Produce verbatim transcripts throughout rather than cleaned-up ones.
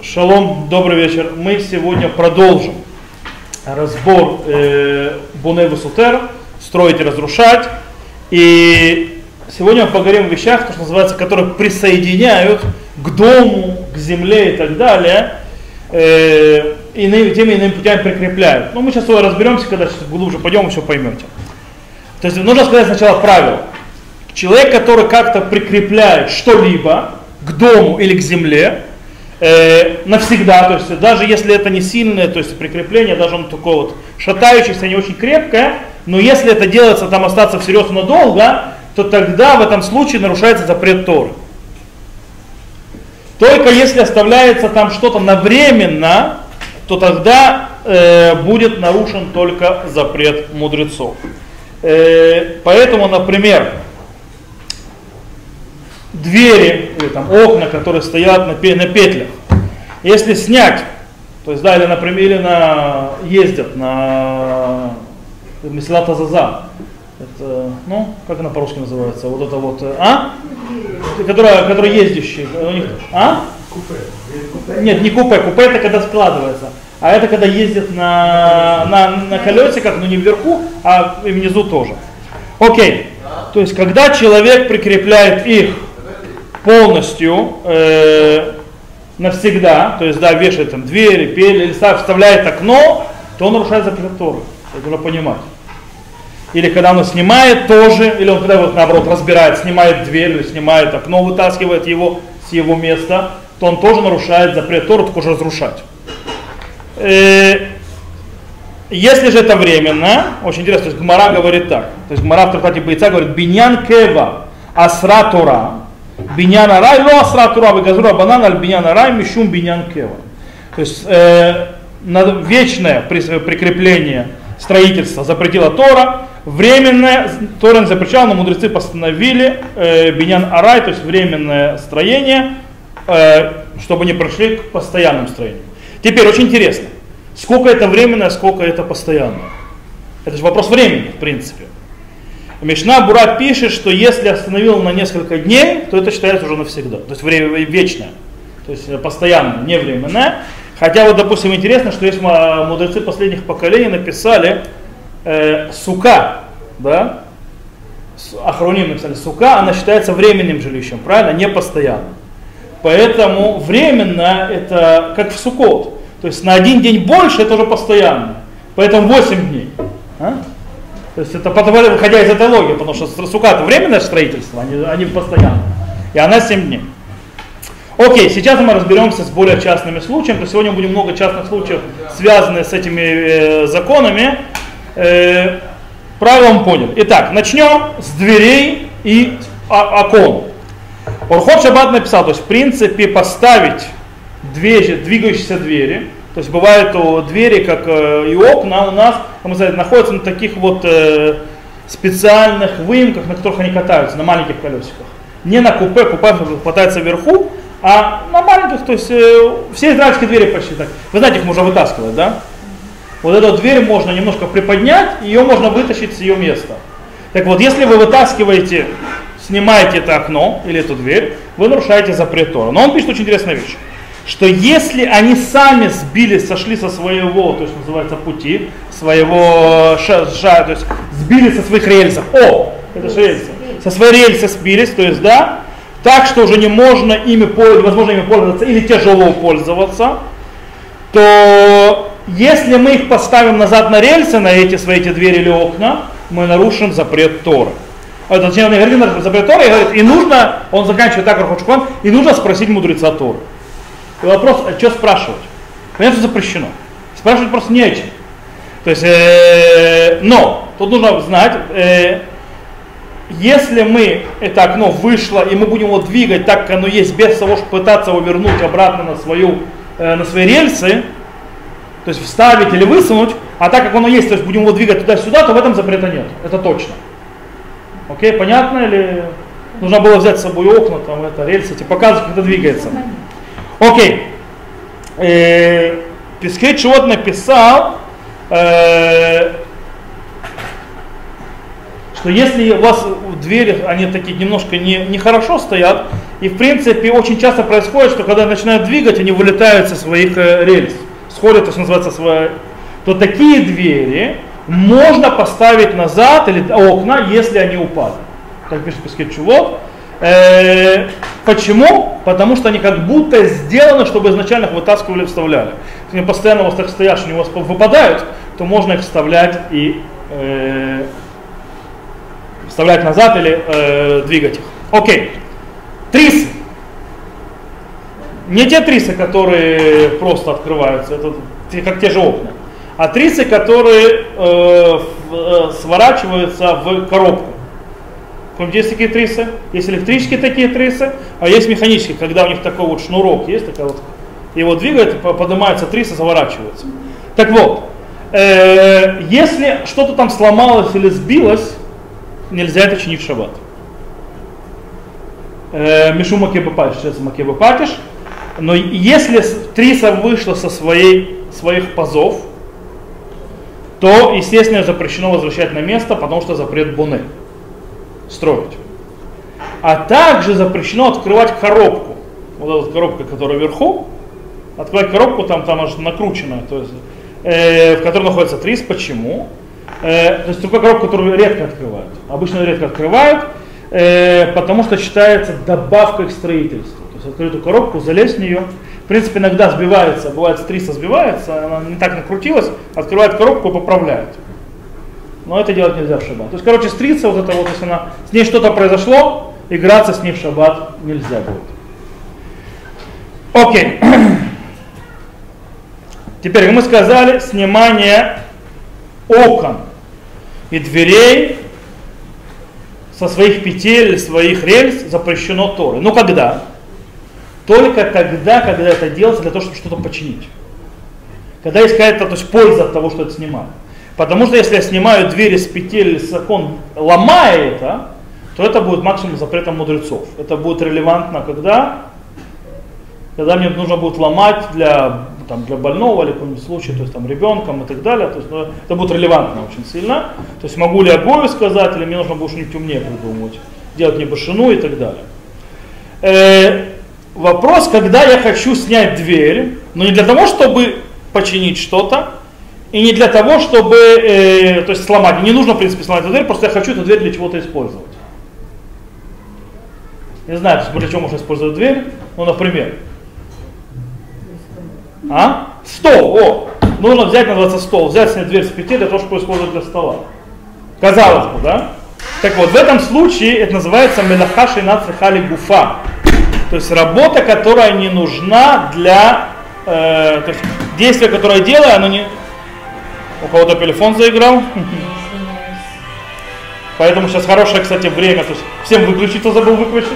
Шалом, добрый вечер. Мы сегодня продолжим разбор э, Буней Весутер, строить и разрушать. И сегодня мы поговорим о вещах, то, что называется, которые присоединяют к дому, к земле и так далее, э, и теми иными путями прикрепляют. Но мы сейчас разберемся, когда глубже пойдем, вы все поймете. То есть нужно сказать сначала правило. Человек, который как-то прикрепляет что-либо к дому или к земле, э, навсегда, то есть даже если это не сильное, то есть прикрепление, даже он такое вот шатающееся, не очень крепкое, но если это делается там остаться всерьез надолго, то тогда в этом случае нарушается запрет Торы. Только если оставляется там что-то навременно, то тогда э, будет нарушен только запрет мудрецов. Э, поэтому, например, двери или там окна, которые стоят на, на петлях, если снять, то есть да, или например, или на, ездят на Месилат Азаза, это, ну, как она по-русски называется, вот это вот, а? Которая, которая ездящие, у них, а? Купе. Нет, не купе, купе это когда складывается, а это когда ездят на, на, на колесиках, но не вверху, а и внизу тоже. Окей, то есть когда человек прикрепляет их полностью э, навсегда, то есть да, вешает там двери, пели, или вставляет окно, то он нарушает запрет Торы. Это нужно понимать. Или когда он снимает тоже, или он когда вот наоборот разбирает, снимает дверь, или снимает окно, вытаскивает его с его места, то он тоже нарушает запрет Торы, только уже разрушать. Э, если же это временно, очень интересно, то есть Гмара говорит так, то есть Гмара в трактате Бойца говорит, биньян кева асра Тора, биньян арай ло асра Тора, вегазура банан аль биньян арай мишум биньян кева. То есть э, вечное прикрепление строительства запретила Тора, временное Тора не запрещала, но мудрецы постановили э, биньян арай, то есть временное строение, э, чтобы не прошли к постоянным строениям. Теперь очень интересно, сколько это временное, сколько это постоянное. Это же вопрос времени, в принципе. Мишна Бура пишет, что если остановил на несколько дней, то это считается уже навсегда. То есть время вечное, то есть постоянное, не временное. Хотя вот, допустим, интересно, что есть мудрецы последних поколений написали э, сука, да, Ахроним написали сука, она считается временным жилищем, правильно, не постоянным. Поэтому временно это как в Суккот. То есть на один день больше это уже постоянно. Поэтому восемь дней. А? То есть это выходя из этой логики, потому что сука это временное строительство, а не, а не постоянное. И она семь дней. Окей, сейчас мы разберемся с более частными случаями. То есть сегодня будет много частных случаев, связанных с этими э, законами. Э, правила мы поняли. Итак, начнем с дверей и о- окон. Орхот Шаббат написал, то есть в принципе поставить двери, двигающиеся двери, то есть бывают о, двери, как э, и окна у нас, мы знаем, находятся на таких вот э, специальных выемках, на которых они катаются, на маленьких колесиках. Не на купе, купе хватается вверху, а на маленьких, то есть э, все израильские двери почти так. Вы знаете, их можно вытаскивать, да? Вот эту дверь можно немножко приподнять, ее можно вытащить с ее места. Так вот, если вы вытаскиваете, снимаете это окно или эту дверь, вы нарушаете запрет Тора. Но он пишет очень интересную вещь, что если они сами сбились, сошли со своего, то есть называется пути, своего ша, ша, то есть сбились со своих рельсов, о, это же рельсы, со своей рельсы сбились, то есть да, так что уже не можно ими, невозможно ими пользоваться или тяжело пользоваться, то если мы их поставим назад на рельсы, на эти свои эти двери или окна, мы нарушим запрет Торы. Это, точнее, он говорит, нарушим запрет Торы, и говорит, и нужно, он заканчивает так, Рахочкон, и нужно спросить мудреца Торы. И вопрос, а что спрашивать? Понятно, что запрещено. Спрашивать просто не о чем. То есть, э, но, тут нужно знать, э, если мы, это окно вышло, и мы будем его двигать так, как оно есть, без того, чтобы пытаться его вернуть обратно на, свою, э, на свои рельсы, то есть вставить или высунуть, а так как оно есть, то есть будем его двигать туда-сюда, то в этом запрета нет. Это точно. Окей, понятно? Или нужно было взять с собой окна, там, это, рельсы, типа, показывать, как это двигается. Окей. Э, Пискей Швот написал, э, что если у вас двери, они такие немножко не, не хорошо стоят, И в принципе очень часто происходит, что когда начинают двигать, они вылетают со своих э, рельс, сходят, то, что называется, свои, то такие двери можно поставить назад или окна, если они упали. Так пишет Пескет Тшувот. Э, почему? Потому что они как будто сделаны, чтобы изначально их вытаскивали и вставляли. Если они постоянно у вас так стоят, что они у вас выпадают, то можно их вставлять и э, вставлять назад или э, двигать их. Окей. Трисы. Не те трисы, которые просто открываются, это как те же окна, а трисы, которые э, в, э, сворачиваются в коробку. Помните, есть такие трисы? Есть электрические такие трисы, а есть механические, когда у них такой вот шнурок есть, такая вот, его двигает, поднимается трис и заворачивается. Так вот, э, если что-то там сломалось или сбилось, нельзя это чинить в шаббат. Мишу макебе патиш, макебе патиш. Но если триса вышла со своей, своих пазов, то, естественно, запрещено возвращать на место, потому что запрет боне. Строить. А также запрещено открывать коробку. Вот эта коробка, которая вверху. Открывать коробку, там, там аж накрученная, то есть, э, в которой находится трис. Почему? Э, то есть такая коробка, которую редко открывают. Обычно редко открывают, э, потому что считается добавкой к строительству. То есть открыть эту коробку, залезть в нее. В принципе, иногда сбивается, бывает с триса сбивается, она не так накрутилась, открывает коробку и поправляет. Но это делать нельзя в шаббат. То есть, короче, стрица, вот это вот, если она, с ней что-то произошло, играться с ней в шаббат нельзя будет. Окей. Теперь мы сказали, снимание окон и дверей со своих петель, своих рельс запрещено Торой. Ну когда? Только тогда, когда это делается для того, чтобы что-то починить. Когда есть какая-то, то есть, польза от того, что это снимаю. Потому что если я снимаю двери с петель, с окон, ломая это, то это будет максимум запретом мудрецов. Это будет релевантно когда? Когда мне нужно будет ломать для, там, для больного или какого-нибудь случая, то есть там ребенком и так далее. То есть, ну, это будет релевантно очень сильно. То есть могу ли я Гою сказать, или мне нужно будет что-нибудь умнее придумать, делать мне башину и так далее. Э, вопрос, когда я хочу снять дверь, но не для того, чтобы починить что-то, и не для того, чтобы э, то есть сломать. Не нужно, в принципе, сломать эту дверь, просто я хочу эту дверь для чего-то использовать. Не знаю, для чего можно использовать дверь. Ну, например. А? Стол. О! Нужно взять, называется стол. Взять, снять дверь с петель для того, чтобы использовать для стола. Казалось бы, да? Так вот, в этом случае это называется мелаха шейна цриха легуфа. То есть работа, которая не нужна для... Э, то есть действие, которое я делаю, оно не... У кого-то телефон заиграл. Поэтому сейчас хорошее, кстати, время. То есть всем выключить, кто забыл выключить.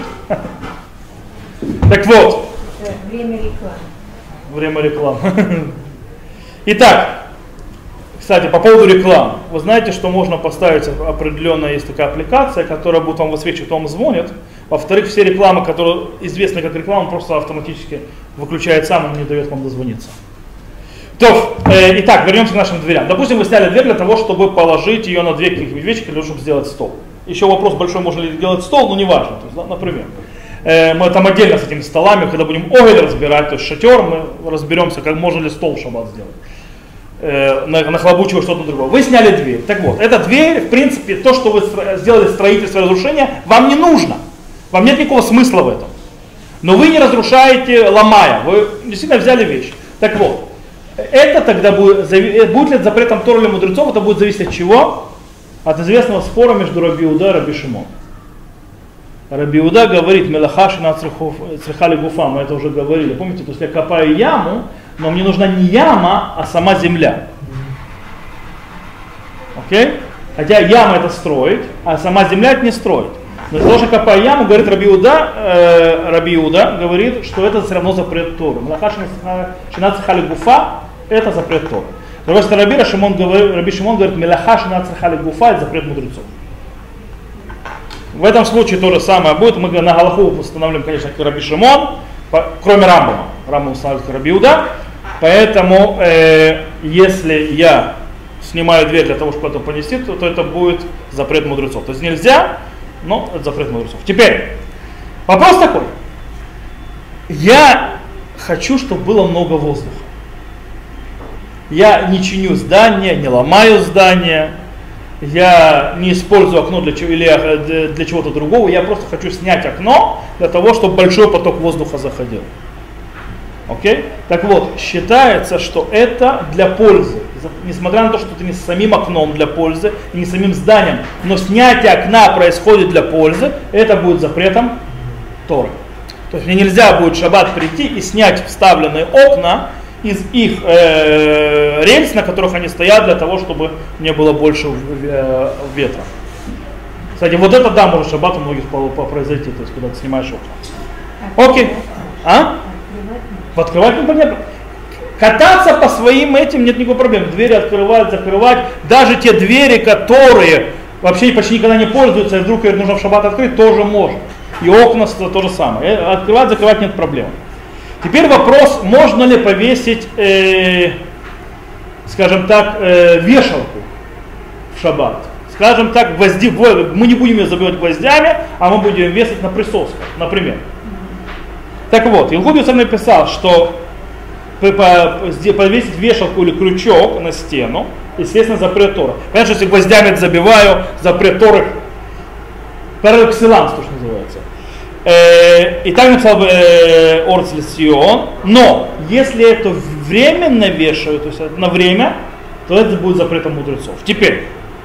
Так вот. Время рекламы. Время рекламы. Итак, кстати, по поводу рекламы. Вы знаете, что можно поставить определенная, есть такая аппликация, которая будет вам высвечивать, вам звонит. Во-вторых, все рекламы, которые известны как реклама, просто автоматически выключает сам, он не дает вам дозвониться. То, э, итак, вернемся к нашим дверям. Допустим, вы сняли дверь для того, чтобы положить ее на две каких-нибудь вещи, для того, чтобы сделать стол. Еще вопрос большой, можно ли делать стол, но не важно. То есть, да, например, э, мы там отдельно с этими столами, когда будем огель разбирать, то есть шатер, мы разберемся, как можно ли стол в шаббат сделать. Э, нахлобучивая что-то другое. Вы сняли дверь. Так вот, эта дверь, в принципе, то, что вы сделали строительство и разрушение, вам не нужно. Вам нет никакого смысла в этом. Но вы не разрушаете, ломая. Вы действительно взяли вещь. Так вот. Это тогда будет, будет ли это запретом Торы или мудрецов, это будет зависеть от чего? От известного спора между Раби Иуда и Раби Шимон. Раби Иуда говорит, мелаха шейна цриха легуфа, мы это уже говорили, помните, то есть я копаю яму, но мне нужна не яма, а сама земля. Окей? Хотя яма это строить, а сама земля это не строить. Но для того, что копаю яму, говорит Раби Иуда, э, Раби Иуда говорит, что это все равно запрет Торы. Мелаха шейна цриха легуфа, это запрет Торы. С другой стороны, Раби Шимон говорит, Раби Шимон говорит, мелаха шейна цриха легуфа, это запрет мудрецов. В этом случае то же самое будет. Мы на Галаху устанавливаем, конечно, как Раби Шимон, по, кроме Рамбама. Рамбам устанавливает Раби Иуда. Поэтому, э, если я снимаю дверь для того, чтобы это понести, то, то это будет запрет мудрецов. То есть нельзя, но это запрет мудрецов. Теперь, вопрос такой. Я хочу, чтобы было много воздуха. Я не чиню здание, не ломаю здание, я не использую окно для, чего, или для чего-то другого, я просто хочу снять окно для того, чтобы большой поток воздуха заходил. Окей? Так вот, считается, что это для пользы. Несмотря на то, что это не с самим окном для пользы, и не самим зданием, но снятие окна происходит для пользы, это будет запретом Торы. То есть мне нельзя будет в шаббат прийти и снять вставленные окна из их э, рельс, на которых они стоят, для того, чтобы не было больше э, ветра. Кстати, вот это да, может в шаббат у многих произойти, то есть когда ты снимаешь окна. Окей. А? Открывать непонятно. Кататься по своим этим нет никакой проблемы. Двери открывать, закрывать. Даже те двери, которые вообще почти никогда не пользуются, и вдруг их нужно в шаббат открыть, тоже можно. И окна то же самое. Открывать, закрывать нет проблем. Теперь вопрос, можно ли повесить, э, скажем так, э, вешалку в шаббат. Скажем так, гвозди, мы не будем ее забивать гвоздями, а мы будем весить на присосках, например. Так вот, Илгуд Йосеф написал, что повесить вешалку или крючок на стену, естественно, запрет Тора. Понятно, что если гвоздями это забиваю, запрет Торы, паракселанс, то, что называется. И так написал Орцель Сион, но если это временно вешают, то есть на время, то это будет запретом мудрецов. Теперь,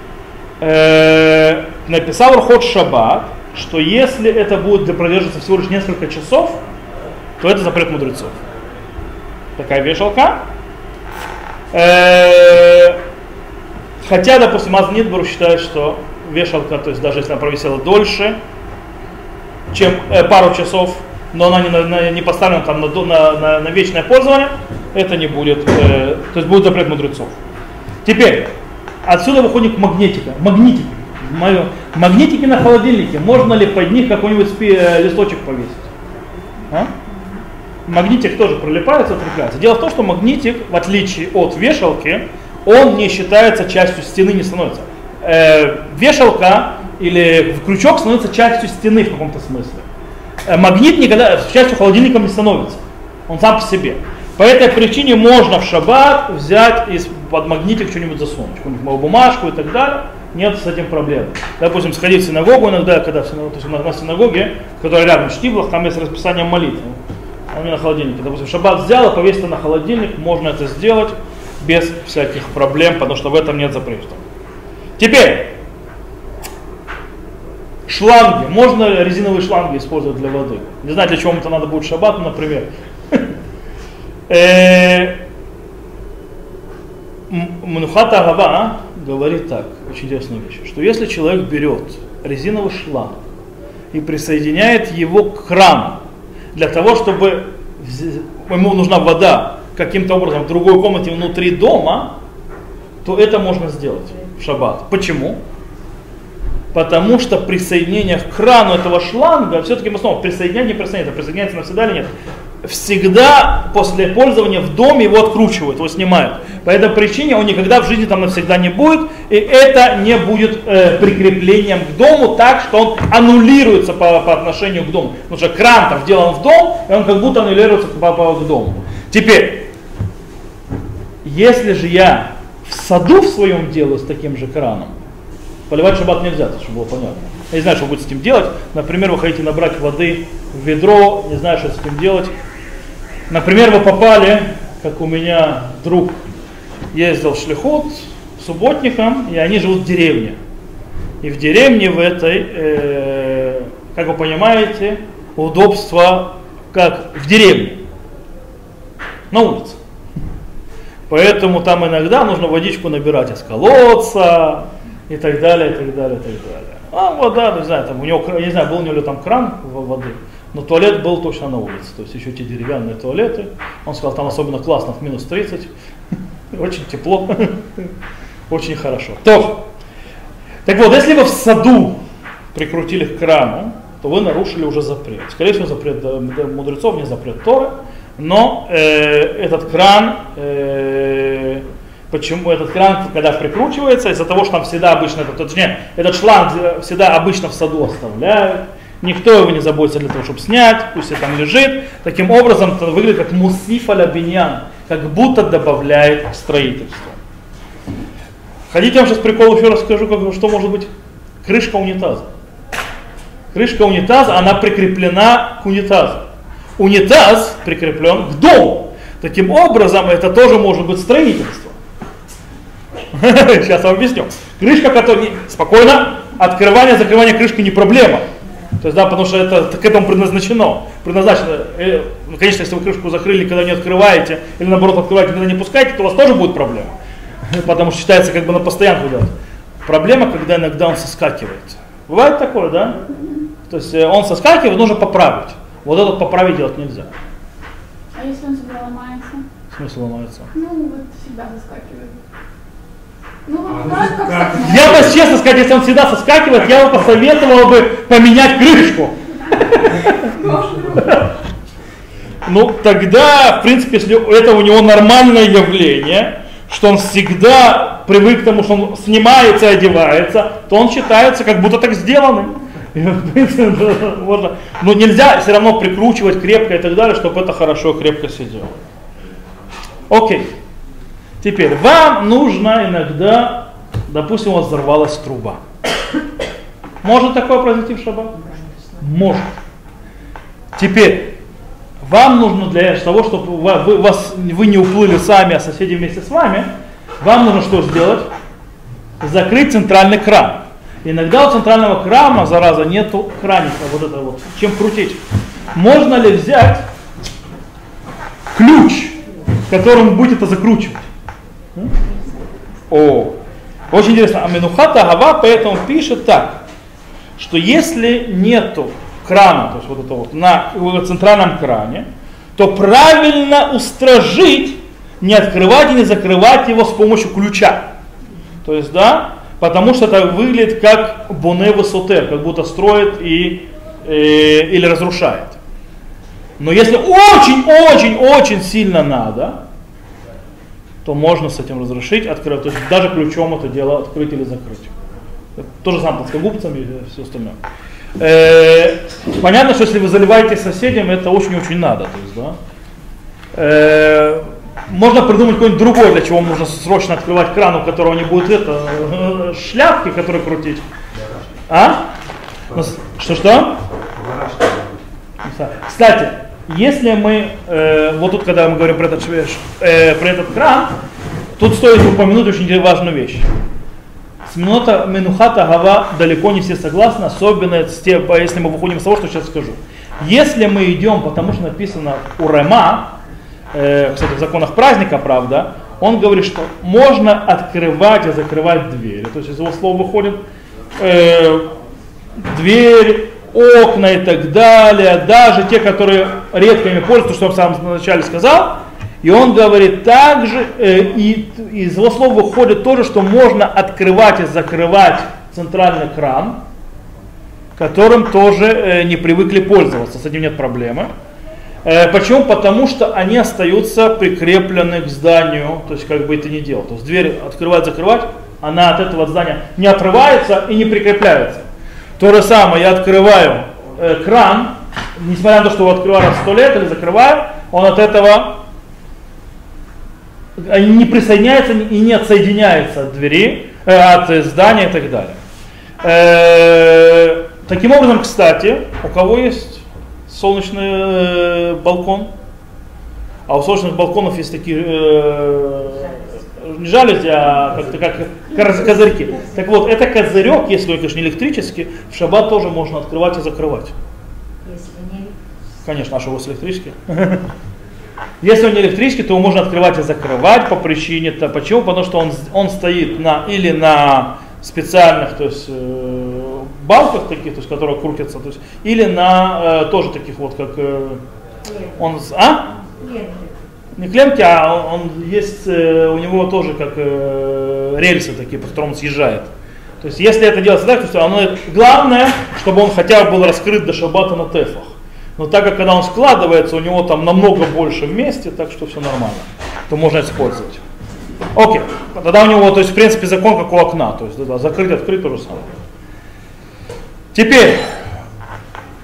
э, написал Орхот Шаббат, что если это будет продержаться всего лишь несколько часов, то это запрет мудрецов. Такая вешалка. Э, хотя, допустим, Азнидбор считает, что вешалка, то есть даже если она провисела дольше, чем э, пару часов, но она не, на, не поставлена там на, на, на, на вечное пользование, это не будет, э, то есть будет запрет мудрецов. Теперь, отсюда выходит магнитика. Магнитики. Магнитики на холодильнике. Можно ли под них какой-нибудь спи, э, листочек повесить? А? Магнитик тоже прилипается, отрекается. Дело в том, что магнитик, в отличие от вешалки, он не считается частью стены, не становится. Э, вешалка или крючок становится частью стены в каком-то смысле. Э, магнит никогда частью холодильника не становится. Он сам по себе. По этой причине можно в шаббат взять и под магнитик что-нибудь засунуть, какую-нибудь бумажку и так далее. Нет с этим проблем. Допустим, сходить в синагогу иногда, когда в синагоге, то есть на, на синагоге, которая рядом в Штиблах, там есть расписание молитвы. У меня на холодильнике. Допустим, шаббат взял и повесил на холодильник, можно это сделать без всяких проблем, потому что в этом нет запрета. Теперь, шланги. Можно резиновые шланги использовать для воды. Не знаю, для чего это надо будет в шаббат, например. Манухат Агава говорит так, очень интересную вещь, что если человек берет резиновый шланг и присоединяет его к крану, для того, чтобы ему нужна вода каким-то образом в другой комнате внутри дома, то это можно сделать в шаббат. Почему? Потому что присоединение к крану этого шланга, все-таки мы снова присоединять, не присоединяется, присоединяется навсегда или нет, всегда после пользования в доме его откручивают, его снимают. По этой причине он никогда в жизни там навсегда не будет, и это не будет э, прикреплением к дому так, что он аннулируется по, по отношению к дому. Потому что кран там вделан в дом, и он как будто аннулируется по, по, к дому. Теперь, если же я в саду в своем делаю с таким же краном, поливать шаббат нельзя, чтобы было понятно. Я не знаю, что вы будете с этим делать. Например, вы хотите набрать воды в ведро, не знаю, что с этим делать. Например, вы попали, как у меня друг ездил в шлихут субботником, и они живут в деревне. И в деревне в этой, э, как вы понимаете, удобство как в деревне, на улице. Поэтому там иногда нужно водичку набирать из колодца и так далее, и так далее, и так далее. А вода, не знаю, там у него, я не знаю, был у него ли там кран воды, но туалет был точно на улице, то есть еще те деревянные туалеты. Он сказал, там особенно классно, в минус тридцать, очень тепло, очень хорошо. То, так вот, если вы в саду прикрутили к крану, то вы нарушили уже запрет. Скорее всего, запрет мудрецов, не запрет Торы, но э, этот кран, э, почему этот кран, когда прикручивается, из-за того, что там всегда обычно, точнее, этот шланг всегда обычно в саду оставляют, Никто его не заботится для того, чтобы снять, пусть это там лежит. Таким образом, это выглядит как мусиф аля биньян, как будто добавляет к строительству. Хотите, я вам сейчас прикол еще расскажу, как, что может быть крышка унитаза. Крышка унитаза, она прикреплена к унитазу. Унитаз прикреплен к дому. Таким образом, это тоже может быть строительство. Сейчас я вам объясню. Крышка, которая... Спокойно. Открывание, закрывание крышки не проблема. То есть, да, потому что это к этому предназначено. Предназначено. И, ну, конечно, если вы крышку закрыли, когда не открываете, или наоборот открываете, когда не пускаете, то у вас тоже будет проблема. Потому что считается, как бы на постоянку делать. Проблема, когда иногда он соскакивает. Бывает такое, да? То есть он соскакивает, нужно поправить. Вот этот поправить делать нельзя. А если он всегда ломается? В смысле ломается? Ну, вот всегда соскакивает. Ну, А, вот как, как я бы, честно сказать, если он всегда соскакивает, я бы посоветовал бы поменять крышку. Ну, тогда, в принципе, если это у него нормальное явление, что он всегда привык к тому, что он снимается и одевается, то он считается как будто так сделанным. Можно. Но нельзя все равно прикручивать крепко и так далее, чтобы это хорошо, крепко сидело. Окей. Теперь, вам нужно иногда, допустим, у вас взорвалась труба. Может такое произойти в шаббат? Может. Теперь, вам нужно для того, чтобы вы, вас, вы не уплыли сами, а соседи вместе с вами, вам нужно что сделать? Закрыть центральный кран. Иногда у центрального крана, зараза, нету краника, вот это вот, чем крутить. Можно ли взять ключ, которым будет это закручивать? О, очень интересно. А Менухат Агава поэтому пишет так, что если нету крана, то есть вот это вот на центральном кране, то правильно устражить, не открывать и не закрывать его с помощью ключа. То есть, да, потому что это выглядит как боне высотер, как будто строит и, э, или разрушает. Но если очень-очень-очень сильно надо, то можно с этим разрешить, открыть, то есть даже ключом это дело открыть или закрыть. Это то же самое с плоскогубцами и все остальное. Э, понятно, что если вы заливаете соседям, это очень-очень надо. То есть, да? э, можно придумать какой-нибудь другой, для чего нужно срочно открывать кран, у которого не будет это, шляпки, которые крутить. А? Что-что? Кстати, если мы, э, вот тут, когда мы говорим про этот, э, про этот кран, тут стоит упомянуть очень важную вещь. С минута Менухат Агава далеко не все согласны, особенно если мы выходим с того, что сейчас скажу. Если мы идем, потому что написано урема, э, кстати, в законах праздника, правда, он говорит, что можно открывать и закрывать двери. То есть из его слова выходит э, дверь, окна и так далее, даже те, которые редко ими пользуются, что он в самом начале сказал. И он говорит также, э, и из его слов выходит тоже, что можно открывать и закрывать центральный кран, которым тоже э, не привыкли пользоваться, с этим нет проблемы. Э, почему? Потому что они остаются прикреплены к зданию, то есть как бы это ни делал. То есть дверь открывать, закрывать, она от этого здания не отрывается и не прикрепляется. То же самое, я открываю э, кран, несмотря на то, что его открываю раз в сто лет или закрываю, он от этого не присоединяется и не отсоединяется от двери, э, от здания и так далее. Э, таким образом, кстати, у кого есть солнечный э, балкон, а у солнечных балконов есть такие э, не жалюзи, а как-то как козырьки. Так вот, это козырек, если он, конечно, не электрический, в шаббат тоже можно открывать и закрывать. Если не... Конечно, а что у вас электрический? Если он не электрический, то его можно открывать и закрывать по причине, то почему? Потому что он, он стоит на, или на специальных, то есть э, балках таких, то есть, которые крутятся, то есть, или на э, тоже таких вот, как э, он, а? Не клемки, а он, он есть, э, у него тоже как э, рельсы такие, по которым он съезжает. То есть, если это делается так, то оно, главное, чтобы он хотя бы был раскрыт до шаббата на тефах. Но так как когда он складывается, у него там намного больше вместе, так что все нормально, то можно использовать. Окей, тогда у него, то есть в принципе закон как у окна, то есть да, закрыть, открыть то же самое. Теперь,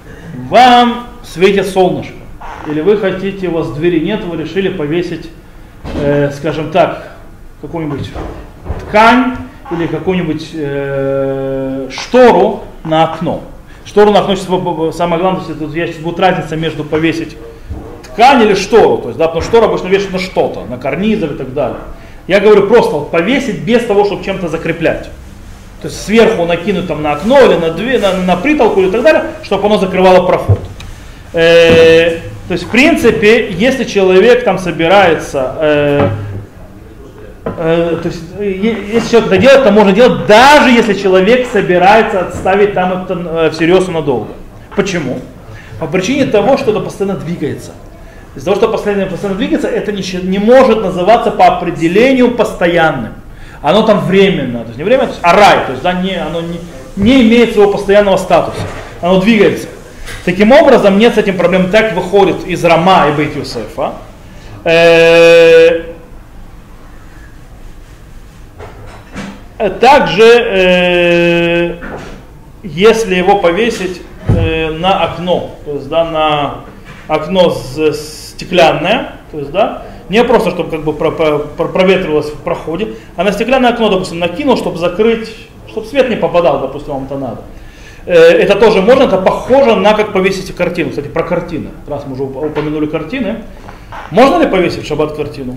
вам светит солнышко, или вы хотите, у вас двери нет, вы решили повесить, э, скажем так, какую-нибудь ткань или какую-нибудь э, штору на окно. Штору на окно, сейчас, самое главное, тут есть, будет разница между повесить ткань или штору, то есть, да, потому что штора обычно вешают на что-то, на карнизы и так далее. Я говорю просто вот, повесить без того, чтобы чем-то закреплять. То есть сверху накинуть там на окно или на, дверь, на, на притолку и так далее, чтобы оно закрывало проход. Э, то есть в принципе, если человек там собирается, э, э, то есть, если человек это делает, то можно делать, даже если человек собирается отставить там это э, всерьез и надолго. Почему? По причине того, что это постоянно двигается. Из-за того, что постоянно, постоянно двигается, это не, не может называться по определению постоянным. Оно там временно, то есть не время, то есть арай, то есть да, не, оно не, не имеет своего постоянного статуса, оно двигается. Таким образом, нет с этим проблем, так выходит из Рама и Бейт Йосефа. Э, также, э, если его повесить э, на окно, то есть да, на окно с, стеклянное, то есть да, не просто, чтобы как бы про, про, про, проветривалось в проходе, а на стеклянное окно, допустим, накинул, чтобы закрыть, чтобы свет не попадал, допустим, вам это надо. Э, это тоже можно, это похоже на как повесить картину. Кстати, про картины. Раз мы уже упомянули картины. Можно ли повесить в шаббат картину?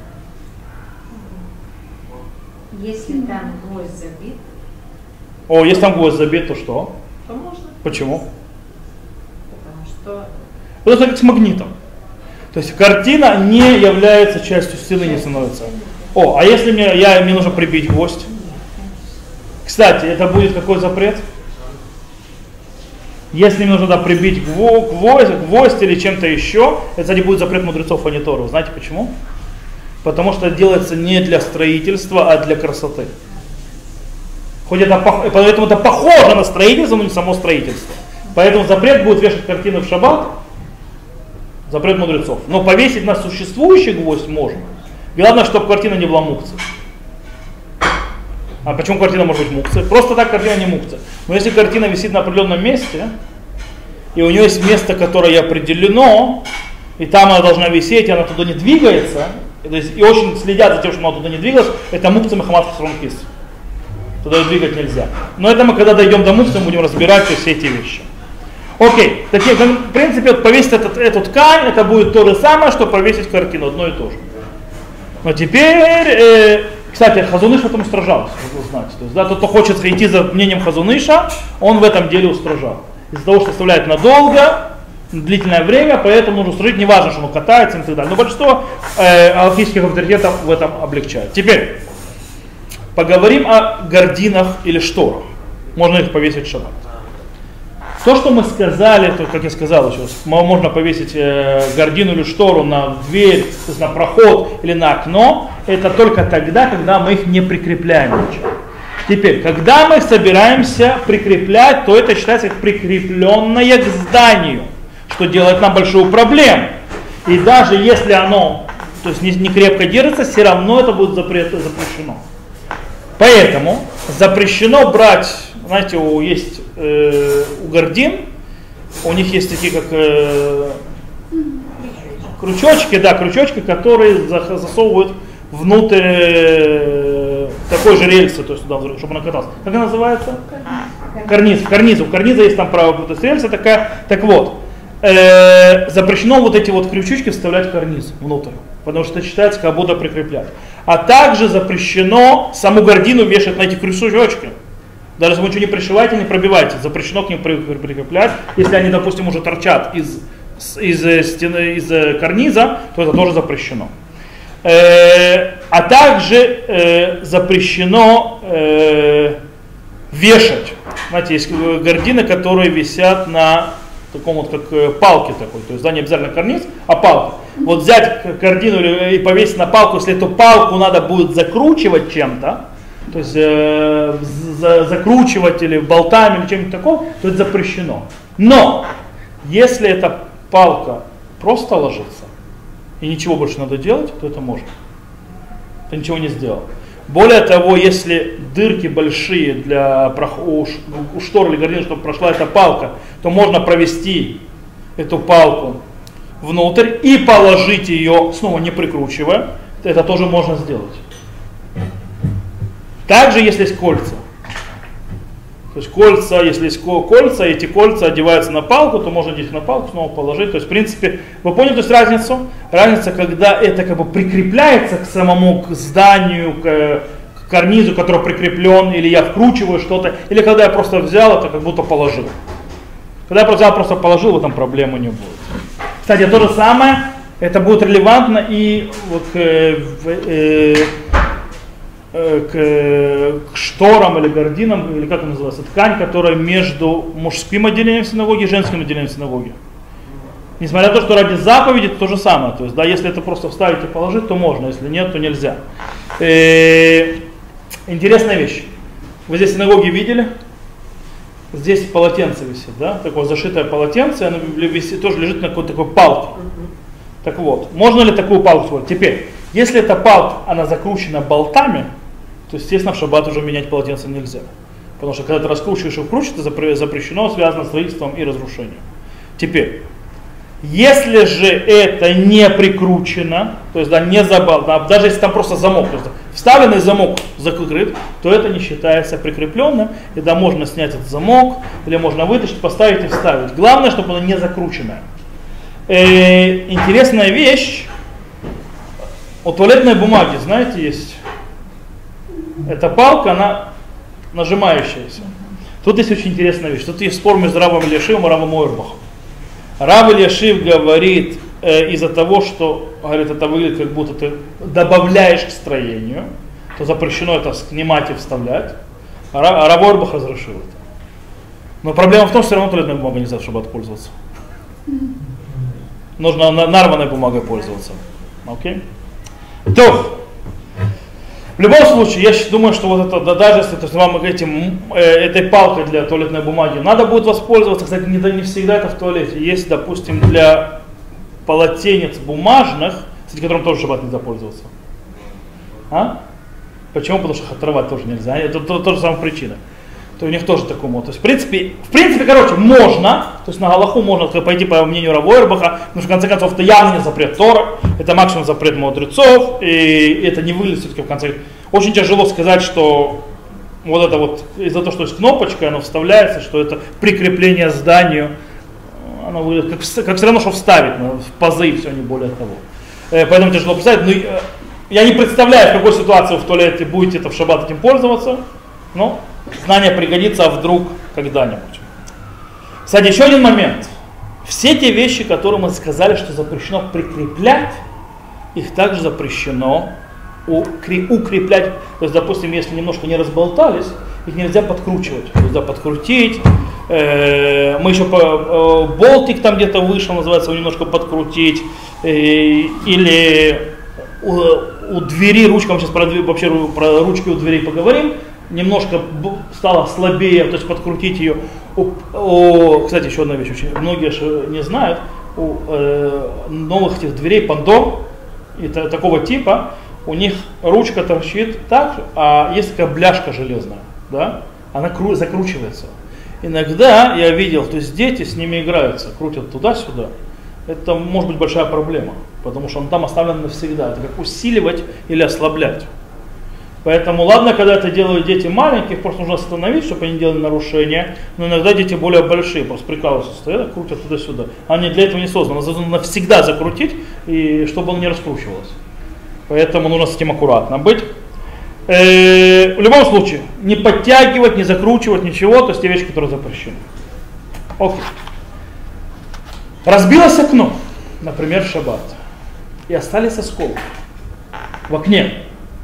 Если там гвоздь забит. О, если там гвоздь забит, то что? То можно. Почему? Потому что... Это как с магнитом. То есть картина не является частью стены, не становится. О, а если мне, я, мне нужно прибить гвоздь? Кстати, это будет какой запрет? Если мне нужно да, прибить гвоздь, гвоздь или чем-то еще, это, кстати, будет запрет мудрецов, а не Торы. Знаете почему? Потому что это делается не для строительства, а для красоты. Хоть это, поэтому это похоже на строительство, но не само строительство. Поэтому запрет будет вешать картины в шаббат. Запрет мудрецов. Но повесить на существующий гвоздь можно. Главное, чтобы картина не была мукция. А почему картина может быть мукция? Просто так картина не мукция. Но если картина висит на определенном месте, и у нее есть место, которое определено, и там она должна висеть, и она туда не двигается, и, то есть, и очень следят за тем, чтобы она туда не двигалась, это мукция Мехамад Хасронкис. Туда ее двигать нельзя. Но это мы, когда дойдем до мукции, будем разбирать все эти вещи. Окей, такие, в принципе, вот повесить этот, эту ткань, это будет то же самое, что повесить картину, одно и то же. Но теперь, э, кстати, Хазуныш в этом устражался, вы знаете. То есть, да, тот, кто хочет идти за мнением Хазуныша, он в этом деле устражал. Из-за того, что оставляет надолго, длительное время, поэтому нужно устражить, не важно, что он катается и так далее. Но большинство э, алхимических авторитетов в этом облегчает. Теперь, поговорим о гардинах или шторах. Можно их повесить в шаббат. То, что мы сказали, то, как я сказал еще, можно повесить э, гардину или штору на дверь, то есть на проход или на окно, это только тогда, когда мы их не прикрепляем. Теперь, когда мы собираемся прикреплять, то это считается как прикрепленное к зданию, что делает нам большую проблему. И даже если оно, то есть не, не крепко держится, все равно это будет запрет, запрещено. Поэтому запрещено брать, знаете, у, есть э, у гардин, у них есть такие как э, крючочки, да, крючочки, которые засовывают внутрь э, такой же рельсы, то есть туда, чтобы она каталась. Как она называется? Карниз. В карнизу. В карниза есть там правая рельса такая. Так вот, э, запрещено вот эти вот крючочки вставлять в карниз внутрь, потому что это считается, как будто прикреплять. А также запрещено саму гардину вешать на эти крючочки. Даже если вы ничего не пришиваете, не пробивайте, запрещено к ним прикреплять. Если они, допустим, уже торчат из, из, стены, из карниза, то это тоже запрещено. Э, а также э, запрещено э, вешать. Знаете, есть гардины, которые висят на таком вот как палке такой. То есть да, не обязательно карниз, а палка. Вот взять гардину и повесить на палку, если эту палку надо будет закручивать чем-то, то есть э, за, закручивать или болтами или чем-нибудь такого, то это запрещено. Но если эта палка просто ложится и ничего больше не надо делать, то это можно. Ты ничего не сделал. Более того, если дырки большие для, у, у штор или гардин, чтобы прошла эта палка, то можно провести эту палку внутрь и положить ее, снова не прикручивая. Это тоже можно сделать. Также, если есть кольца. То есть кольца, если есть кольца, эти кольца одеваются на палку, то можно их на палку снова положить. То есть, в принципе, вы поняли, то есть разницу? Разница, когда это как бы прикрепляется к самому к зданию, к, к карнизу, который прикреплен, или я вкручиваю что-то, или когда я просто взял это, как будто положил. Когда я просто взял, просто положил, в этом проблемы не будет. Кстати, то же самое, это будет релевантно и вот к, э, К, к шторам или гардинам, или как это называется, ткань, которая между мужским отделением синагоги и женским отделением синагоги. Несмотря на то, что ради заповеди это то же самое. То есть, да, если это просто вставить и положить, то можно, если нет, то нельзя. Э, интересная вещь. Вы здесь синагоги видели? Здесь полотенце висит, да? Такое зашитое полотенце, оно висит, тоже лежит на какой-то такой палке. Так вот, можно ли такую палку использовать? Теперь, если эта палка, она закручена болтами, то, естественно, в шаббат уже менять полотенце нельзя. Потому что когда ты раскручиваешь и вкручиваешь, это запрещено, связано с строительством и разрушением. Теперь, если же это не прикручено, то есть да, не заболтано, даже если там просто замок, то есть вставленный замок закрыт, то это не считается прикрепленным, и да, можно снять этот замок, или можно вытащить, поставить и вставить. Главное, чтобы оно не закрученное. Э, интересная вещь. У туалетной бумаги, знаете, есть эта палка, она нажимающаяся. Тут есть очень интересная вещь. Тут есть спор между Равом Элиашивом и Равом Ойрбахом. Рав Элиашив говорит, э, из-за того, что, говорит, это выглядит, как будто ты добавляешь к строению, то запрещено это снимать и вставлять. А Рав Ойрбах разрешил это. Но проблема в том, что все равно туалетной бумагой нельзя в шаббат пользоваться. Нужно нарванной бумагой пользоваться. Окей? То, в любом случае, я думаю, что вот это, да, даже если то есть, вам этим, э, этой палкой для туалетной бумаги надо будет воспользоваться, кстати, не, не всегда это в туалете. Есть, допустим, для полотенец бумажных, кстати, которым тоже в шаббат нельзя пользоваться. А? Почему? Потому что их отрывать тоже нельзя. Это тоже самая причина. То у них тоже такой мод. То есть, в принципе, в принципе, короче, можно, то есть на Галаху можно пойти по мнению Рава Ойрбаха, но в конце концов это явно не запрет Торы, это максимум запрет мудрецов, и это не выглядит все-таки в конце. Очень тяжело сказать, что вот это вот, из-за того, что есть кнопочка, оно вставляется, что это прикрепление к зданию, оно выглядит как, как все равно, что вставить, в пазы и все, не более того. Поэтому тяжело представить, но я не представляю, в какой ситуации в туалете будете это в шаббат этим пользоваться, но знание пригодится, а вдруг когда-нибудь. Кстати, еще один момент. Все те вещи, которые мы сказали, что запрещено прикреплять, их также запрещено укреплять. То есть, допустим, если немножко не разболтались, их нельзя подкручивать. Нельзя подкрутить. Мы еще по, болтик там где-то вышел, называется, его немножко подкрутить. Или у, у двери, ручка, мы сейчас про, вообще про ручки у дверей поговорим, немножко стало слабее, то есть подкрутить ее. У, у, кстати, еще одна вещь, очень многие же не знают, у э, новых этих дверей Пандор и та, такого типа, у них ручка торчит так, а есть такая бляшка железная, да, она кру, закручивается. Иногда я видел, то есть дети с ними играются, крутят туда-сюда. Это может быть большая проблема, потому что он там оставлен навсегда. Это как усиливать или ослаблять. Поэтому ладно, когда это делают дети маленькие, просто нужно остановить, чтобы они делали нарушения. Но иногда дети более большие, просто прикалываются, стоят, крутят туда-сюда. Они для этого не созданы. Нужно навсегда закрутить, и чтобы он не раскручивался. Поэтому нужно с этим аккуратно быть. Э-э- в любом случае, не подтягивать, не закручивать, ничего, то есть те вещи, которые запрещены. Окей. Разбилось окно, например, в шаббат, и остались осколки в окне.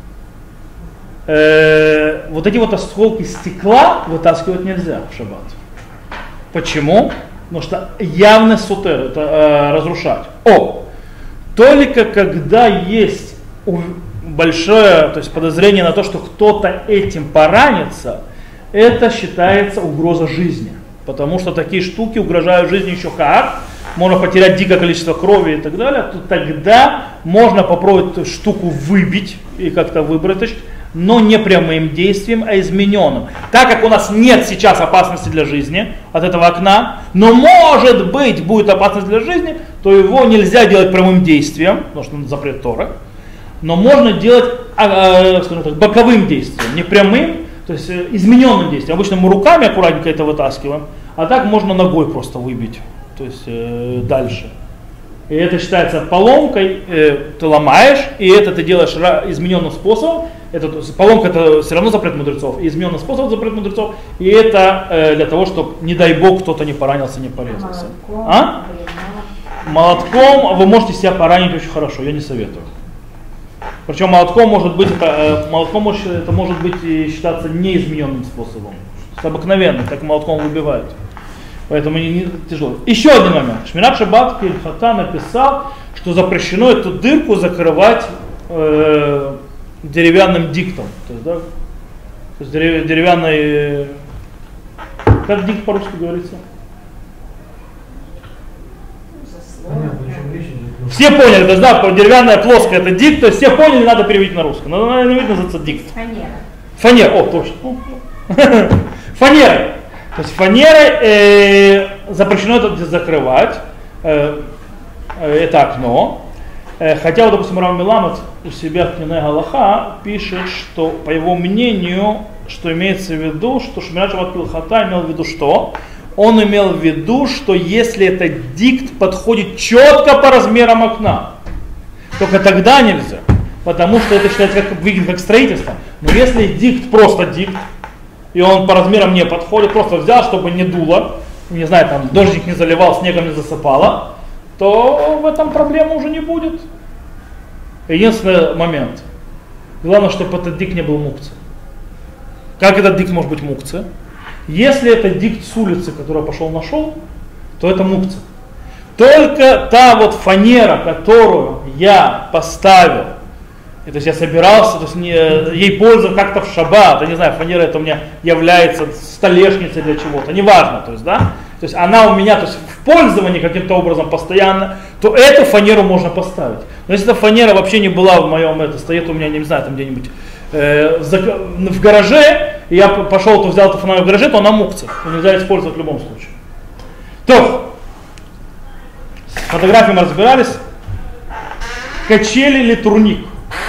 Э, вот эти вот осколки стекла вытаскивать нельзя в шаббат. Почему? Потому что явно сутер, это э, разрушать. О, только когда есть большое, то есть подозрение на то, что кто-то этим поранится, это считается угроза жизни. Потому что такие штуки угрожают жизни еще как. Можно потерять дикое количество крови и так далее. То тогда можно попробовать эту штуку выбить и как-то выбросить. но не прямым действием, а измененным. Так как у нас нет сейчас опасности для жизни от этого окна, но может быть будет опасность для жизни, то его нельзя делать прямым действием, потому что это запрет Торы, но можно делать э, скажем так, боковым действием, не прямым, то есть э, измененным действием. Обычно мы руками аккуратненько это вытаскиваем, а так можно ногой просто выбить, то есть э, дальше. И это считается поломкой, э, ты ломаешь, и это ты делаешь измененным способом. Это, поломка это все равно запрет мудрецов, и измененный способ запрет мудрецов, и это э, для того, чтобы, не дай бог, кто-то не поранился, не порезался. Молотком, А? Молотком вы можете себя поранить очень хорошо, я не советую. Причем молотком может быть, это, э, молотком может, это может быть и считаться неизмененным способом. Это обыкновенно, так молотком выбивают. Поэтому не, не тяжело. Еще один момент. Шмират Шаббат Кельхата написал, что запрещено эту дырку закрывать э, деревянным диктом. То есть, да, то есть дерев, деревянной... Как дикт по-русски говорится? Все поняли, то есть, да, деревянная плоская это дикт, то есть все поняли, надо перевести на русский. Но она не видно, называется дикт. Фанера. Фанера, о, точно. Фанерой. То есть фанерой э, запрещено это закрывать, э, э, это окно. Э, хотя, вот, допустим, Рав Меламед у себя в Пниней Галаха пишет, что, по его мнению, что имеется в виду, что Шмират Шаббат Кельхата имел в виду что? Он имел в виду, что если этот дикт подходит четко по размерам окна, только тогда нельзя, потому что это считается как, выглядит как строительство. Но если дикт просто дикт, и он по размерам не подходит, просто взял, чтобы не дуло, не знаю, там дождик не заливал, снегом не засыпало, то в этом проблемы уже не будет. Единственный момент. Главное, чтобы этот дикт не был мукция. Как этот дикт может быть мукция? Если это дикт с улицы, который пошел нашел, то это мукция. Только та вот фанера, которую я поставил, и, то есть я собирался, то есть не, ей пользоваться как-то в шаббат, я не знаю, фанера это у меня является столешницей для чего-то, неважно, то есть, да, то есть она у меня, то есть в пользовании каким-то образом постоянно, то эту фанеру можно поставить. Но если эта фанера вообще не была в моем, это стоит у меня, не знаю, там где-нибудь э, в, в гараже, и я пошел, то взял эту фанеру в гараже, то она мукция, ее нельзя использовать в любом случае. То, с фотографией мы разбирались, качели или турник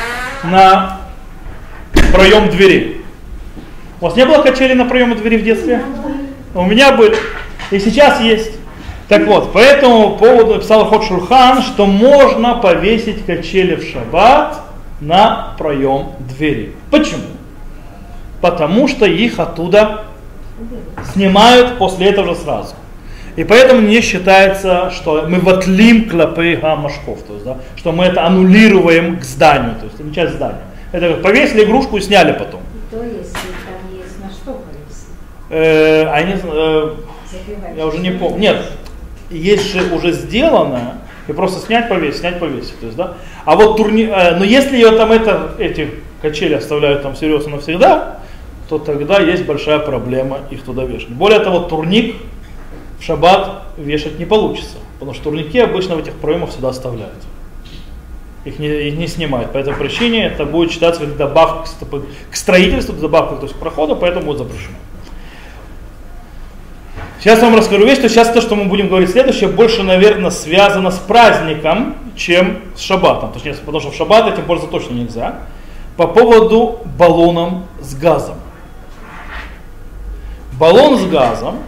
на проем двери. У вас не было качели на проеме двери в детстве? У меня были. И сейчас есть. Так вот, по этому поводу написал Ход Шульхан, что можно повесить качели в шаббат на проем двери. Почему? Потому что их оттуда снимают после этого же сразу. И поэтому не считается, что мы ватлим клапы гамашков, то есть, да, что мы это аннулируем к зданию, то есть это не часть здания. Это как повесили игрушку и сняли потом. И то, если там есть на что повесить? Э, они, э, я уже не помню. Нет, есть же уже сделанное, и просто снять, повесить, снять, повесить. То есть, да? А вот турни... э, но если ее там это, эти качели оставляют там серьезно навсегда, то тогда есть большая проблема их туда вешать. Более того, турник в шаббат вешать не получится, потому что турники обычно в этих проемах всегда оставляют. Их не, их не снимают. По этой причине это будет считаться как добавка к строительству, добавка, то есть к проходу, поэтому будет запрещено. Сейчас я вам расскажу вещь, что сейчас то, что мы будем говорить следующее, больше, наверное, связано с праздником, чем с шаббатом. Точнее, потому что в шаббат этим пользоваться точно нельзя. По поводу баллоном с газом. Баллон с газом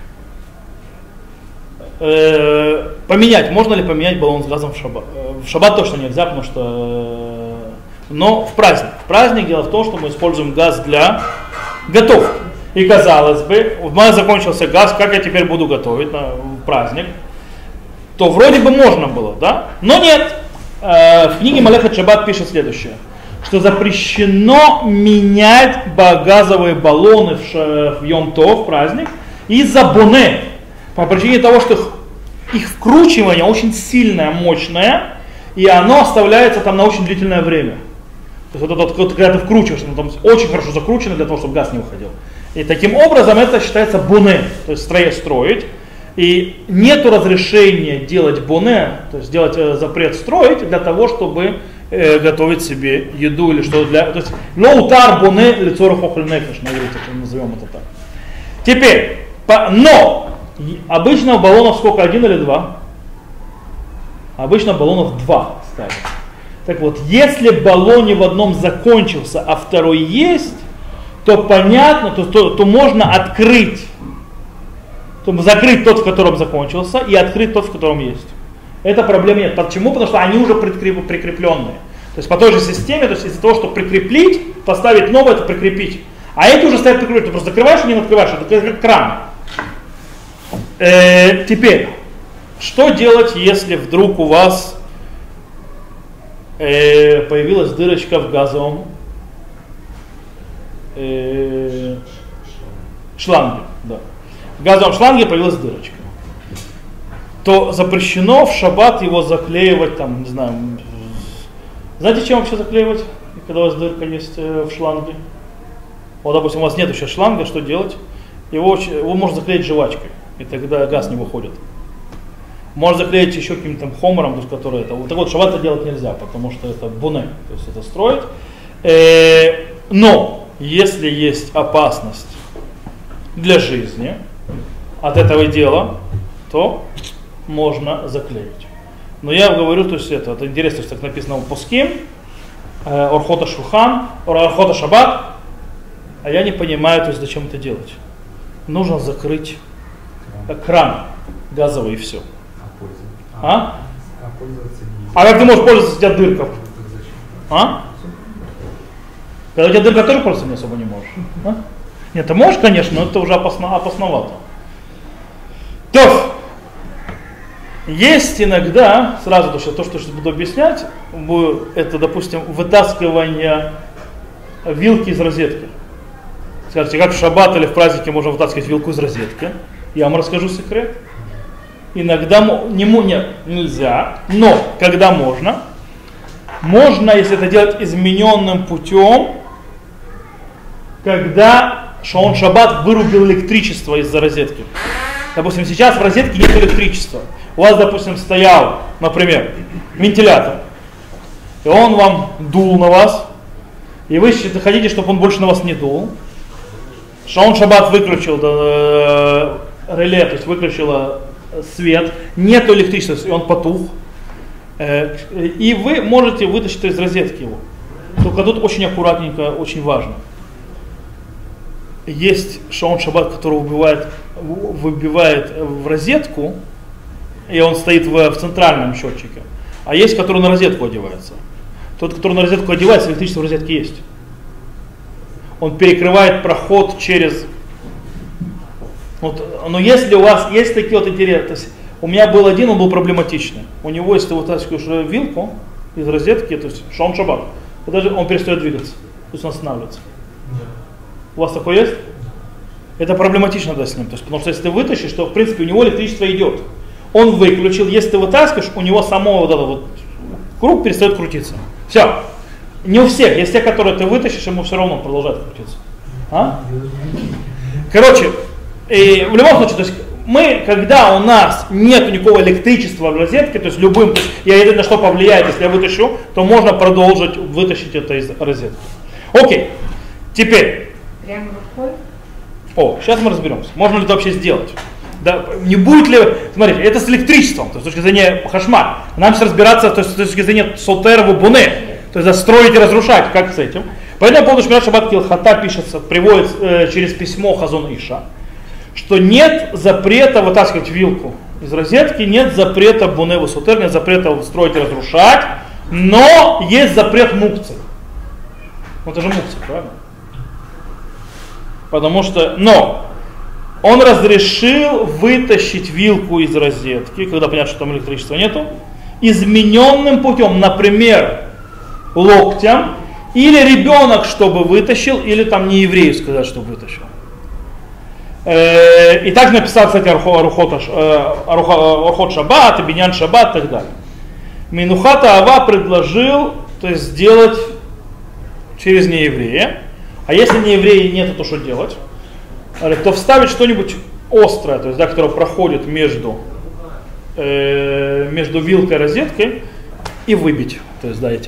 Э, поменять, можно ли поменять баллон с газом в шаббат? В шаббат точно нельзя, потому что... Э, но в праздник. В праздник дело в том, что мы используем газ для готовки. И казалось бы, у меня закончился газ, как я теперь буду готовить на в праздник? То вроде бы можно было, да? Но нет. Э, в книге Малехет Шаббат пишет следующее. Что запрещено менять газовые баллоны в, ш, в Йом-Тов, в праздник, из-за боне. По причине того, что их, их вкручивание очень сильное, мощное, и оно оставляется там на очень длительное время. То есть вот это вот, когда ты вкручиваешь, оно там очень хорошо закручено для того, чтобы газ не уходил. И таким образом это считается боне, то есть строить, строить. И нет разрешения делать боне, то есть делать э, запрет строить для того, чтобы э, готовить себе еду или что-то для... То есть, лоутар боне лицорах охоль нефеш, назовем это так. Теперь, по, но, обычно баллонов сколько, один или два? Обычно баллонов два ставят. Так вот, если баллон в одном закончился, а второй есть, то понятно, то, то, то можно открыть, то закрыть тот, в котором закончился, и открыть тот, в котором есть. Это проблемы нет. Почему? Потому что они уже прикрепленные. То есть по той же системе, то есть из-за того, что прикреплить, поставить новое, это прикрепить. А эти уже стоят прикрепленные. Ты просто закрываешь и не открываешь, это как кран. Э, теперь, что делать, если вдруг у вас э, появилась дырочка в газовом э, шланге? Да. В газовом шланге появилась дырочка. То запрещено в шаббат его заклеивать, там, не знаю, знаете, чем вообще заклеивать, когда у вас дырка есть э, в шланге? Вот, допустим, у вас нет еще шланга, что делать? Его, его можно заклеить жвачкой, и тогда газ не выходит. Можно заклеить еще каким-то там хомором, то есть, который это. Вот так вот, шаббат это делать нельзя, потому что это буне, то есть это строить. Э, но если есть опасность для жизни от этого дела, то можно заклеить. Но я говорю, то есть это, это интересно, что так написано в Пуским, э, Орхота Шухан, Орхота Шаббат, а я не понимаю, то есть зачем это делать. Нужно закрыть кран газовый и все. А? А как ты можешь пользоваться, у тебя дырка? А? Когда у тебя дырка, тоже пользоваться не особо не можешь. А? Нет, ты можешь, конечно, но это уже опасно, опасновато. То, есть иногда, сразу то, что, то, что я буду объяснять, это, допустим, вытаскивание вилки из розетки. Скажите, как в шаббат или в празднике можно вытаскивать вилку из розетки? Я вам расскажу секрет. Иногда не, не, нельзя, но когда можно, можно, если это делать измененным путем, когда шаон шаббат вырубил электричество из-за розетки. Допустим, сейчас в розетке нет электричества. У вас, допустим, стоял, например, вентилятор, и он вам дул на вас, и вы хотите, чтобы он больше на вас не дул. Шаон шаббат выключил э, реле, то есть выключила свет, нет электричества, и он потух. Э, и вы можете вытащить из розетки его. Только тут очень аккуратненько, очень важно. Есть шаон шаббат, который выбивает, выбивает в розетку, и он стоит в, в центральном счетчике. А есть, который на розетку одевается. Тот, который на розетку одевается, электричество в розетке есть. Он перекрывает проход через... Вот, но если у вас есть такие вот интересы, то есть у меня был один, он был проблематичный. У него, если ты вытаскиваешь вилку из розетки, то есть шаон шаббат, он перестает двигаться, то есть он останавливается. У вас такое есть? Это проблематично, да, с ним. То есть, потому что если ты вытащишь, то в принципе у него электричество идет. Он выключил, если ты вытаскиваешь, у него само вот этот вот круг перестает крутиться. Все. Не у всех, есть те, которые ты вытащишь, ему все равно продолжает крутиться. А? Короче, и в любом случае, то есть мы, когда у нас нет никакого электричества в розетке, то есть любым, то есть я на что повлияет, если я вытащу, то можно продолжить вытащить это из розетки. Окей, теперь. Прямо рукой? О, сейчас мы разберемся, можно ли это вообще сделать. Да, не будет ли, смотрите, это с электричеством, то есть с точки зрения хашмар. Нам сейчас разбираться, то есть с точки зрения сотерву буне, то есть застроить и разрушать, как с этим. Поэтому по поводу Шмират Шаббат Килхата пишется, приводит э, через письмо Хазон Иша, что нет запрета вытаскивать вилку из розетки, нет запрета буне высотер, нет запрета строить и разрушать, но есть запрет мукцы. Вот это же мукцы, правильно? Потому что, но он разрешил вытащить вилку из розетки, когда понятно, что там электричества нету, измененным путем, например, локтем, или ребенок, чтобы вытащил, или там не еврею сказать, чтобы вытащил. И так написал, кстати, Арухот Шаббат, Биньян Шаббат и так далее. Минухата Ава предложил, то есть сделать через нееврея. А если нееврея нет, то что делать? То вставить что-нибудь острое, то есть, да, которое проходит между, э, между вилкой и розеткой, и выбить, то есть, да, этим.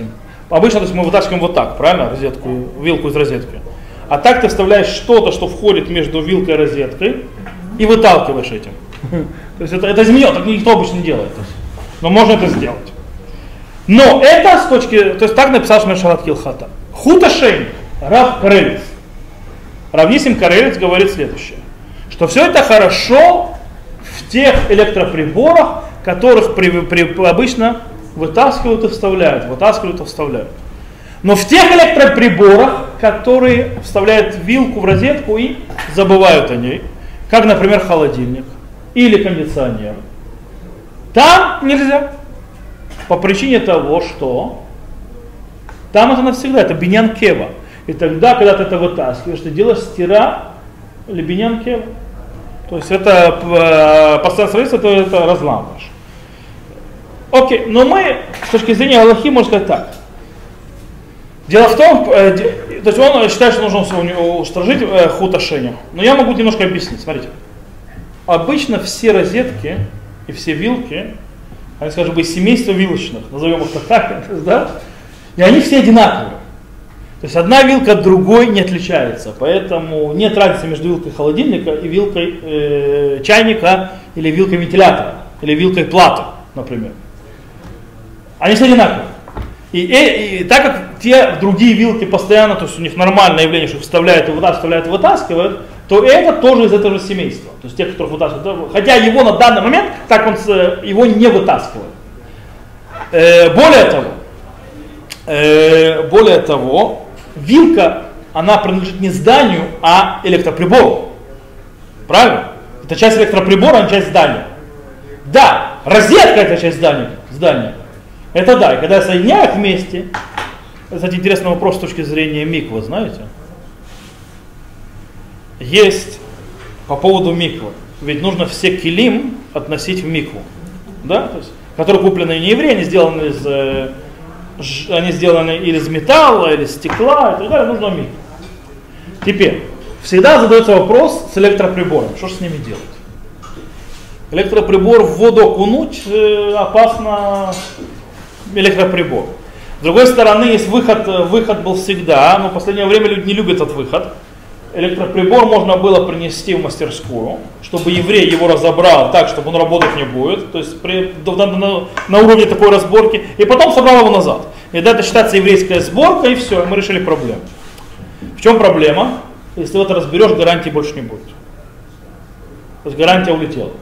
Обычно то есть мы вытаскиваем вот так, правильно, розетку, вилку из розетки. А так ты вставляешь что-то, что входит между вилкой и розеткой, и выталкиваешь этим. То есть это, это изменено, так никто обычно не делает. Но можно это сделать. Но это с точки, то есть так написал Шмер Шарат Килхата. Хуташейн, Рав Карелец. Рав Нисим Карелец говорит следующее, что все это хорошо в тех электроприборах, которых при, при, обычно вытаскивают и вставляют, вытаскивают и вставляют. Но в тех электроприборах, которые вставляют вилку в розетку и забывают о ней, как, например, холодильник или кондиционер, там нельзя. По причине того, что там это навсегда, это биньян кева. И тогда, когда ты это вытаскиваешь, ты делаешь стира или биньян кева. То есть это постоянное строительство, ты это разламываешь. Окей, но мы с точки зрения Аллахи можем сказать так. Дело в том, э, то есть он считает, что нужно устражить э, хуташеня. Но я могу немножко объяснить. Смотрите. Обычно все розетки и все вилки, они, скажем, из семейства вилочных, назовем их так, да, и они все одинаковые. То есть одна вилка от другой не отличается, поэтому нет разницы между вилкой холодильника и вилкой э, чайника, или вилкой вентилятора, или вилкой платы, например. Они все одинаковые. И, и, и так как те другие вилки постоянно, то есть у них нормальное явление, что их вставляют и вытаскивают, вставляют и вытаскивают, то это тоже из этого же семейства. То есть те, которых вытаскивают. Хотя его на данный момент, так он его не вытаскивает. Э, более того, э, более того, вилка, она принадлежит не зданию, а электроприбору. Правильно? Это часть электроприбора, а не часть здания. Да, розетка это часть здания. здания. Это да, и когда соединяют вместе, кстати, интересный вопрос с точки зрения миквы, знаете? Есть по поводу миквы. Ведь нужно все килим относить в микву. Да? То есть, которые куплены не евреи, они сделаны из, э, ж, они сделаны или из металла, или из стекла, и так далее, нужно микву. Теперь, всегда задается вопрос с электроприбором. Что же с ними делать? Электроприбор в воду окунуть э, опасно. Электроприбор. С другой стороны, есть выход, выход был всегда, но в последнее время люди не любят этот выход. Электроприбор можно было принести в мастерскую, чтобы еврей его разобрал так, чтобы он работать не будет, то есть при, на, на, на уровне такой разборки, и потом собрал его назад. И да, это считается еврейская сборка, и все, мы решили проблему. В чем проблема? Если ты это разберешь, гарантии больше не будет. То есть гарантия улетела.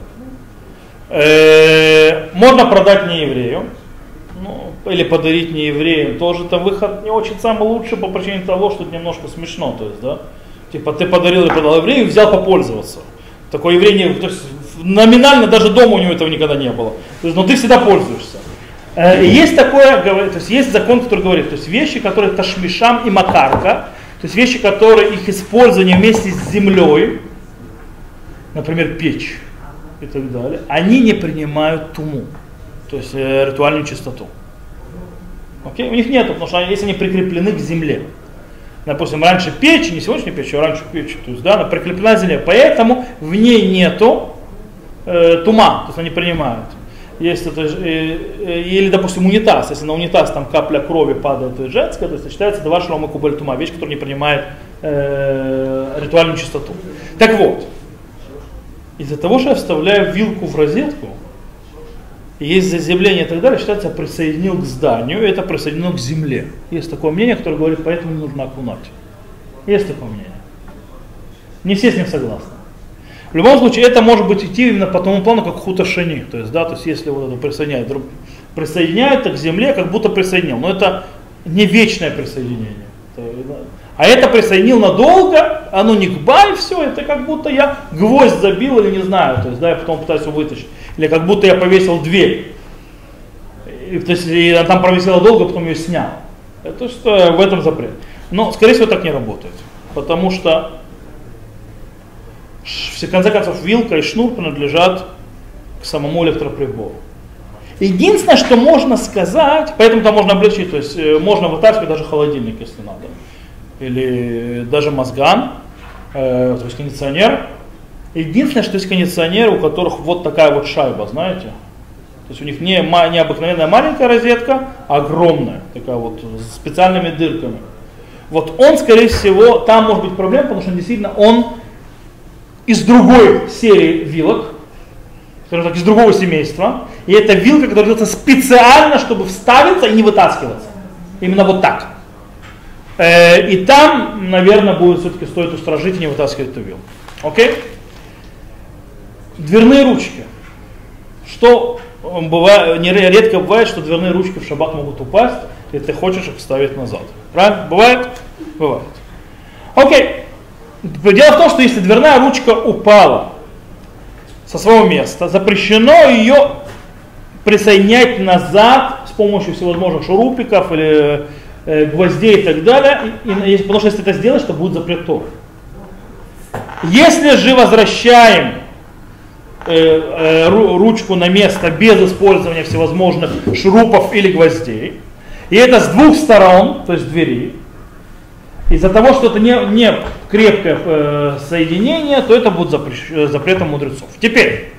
Э-э- можно продать не еврею. Ну, или подарить не евреям, тоже это выход не очень самый лучший по причине того, что это немножко смешно, то есть, да, типа ты подарил или продал еврею, взял попользоваться. Такой еврей, не, то есть, номинально даже дома у него этого никогда не было, то есть, но ты всегда пользуешься. И есть такое, то есть есть закон, который говорит, то есть вещи, которые ташмишам и макарка, то есть вещи, которые их использование вместе с землей, например, печь и так далее, они не принимают туму. То есть э, ритуальную чистоту. Окей? У них нету, потому что если они прикреплены к земле. Допустим, раньше печь, не сегодняшняя печь, а раньше печь, то есть, да, она прикреплена к земле, поэтому в ней нету э, тума, то есть они принимают. Если это, э, э, или, допустим, унитаз, если на унитаз там капля крови падает, то есть женская, то есть это считается два шлома кубель тума, вещь, которая не принимает э, ритуальную чистоту. Так вот, из-за того, что я вставляю вилку в розетку, есть заземление и так далее, считается, присоединил к зданию, это присоединено к земле. Есть такое мнение, которое говорит, поэтому не нужно окунать. Есть такое мнение. Не все с ним согласны. В любом случае, это может быть идти именно по тому плану, как хуташени. То есть, да, то есть если вот это присоединяют, присоединяют к земле, как будто присоединил. Но это не вечное присоединение. А это присоединил надолго, оно не гбай, все, это как будто я гвоздь забил или не знаю, то есть, да, я потом пытаюсь его вытащить. Или как будто я повесил дверь, и, то есть, и она там провисела долго, потом ее снял. Это что в этом запрет. Но, скорее всего, так не работает. Потому что, в конце концов, вилка и шнур принадлежат к самому электроприбору. Единственное, что можно сказать, поэтому там можно облегчить, то есть можно вытаскивать даже холодильник, если надо. Или даже мозган, э, то есть кондиционер. Единственное, что есть кондиционеры, у которых вот такая вот шайба, знаете, То есть у них не, ма- не обыкновенная маленькая розетка, а огромная, такая вот с специальными дырками. Вот он, скорее всего, там может быть проблема, потому что действительно он из другой серии вилок, скажем так, из другого семейства. И это вилка, которая делается специально, чтобы вставиться и не вытаскиваться. Именно вот так. Э, и там, наверное, будет все-таки стоит устражить и не вытаскивать эту вилку. Окей? Дверные ручки. Что бывает, нередко бывает, что дверные ручки в шаббат могут упасть, и ты хочешь их вставить назад. Правильно? Бывает? Бывает. Окей. Дело в том, что если дверная ручка упала со своего места, запрещено ее присоединять назад с помощью всевозможных шурупиков или э, гвоздей и так далее, и, и, потому что если это сделаешь, то будет запрет Торы. Если же возвращаем э, э, ручку на место без использования всевозможных шурупов или гвоздей, и это с двух сторон, то есть двери, из-за того, что это не, не крепкое э, соединение, то это будет запрещ, запретом мудрецов. Теперь,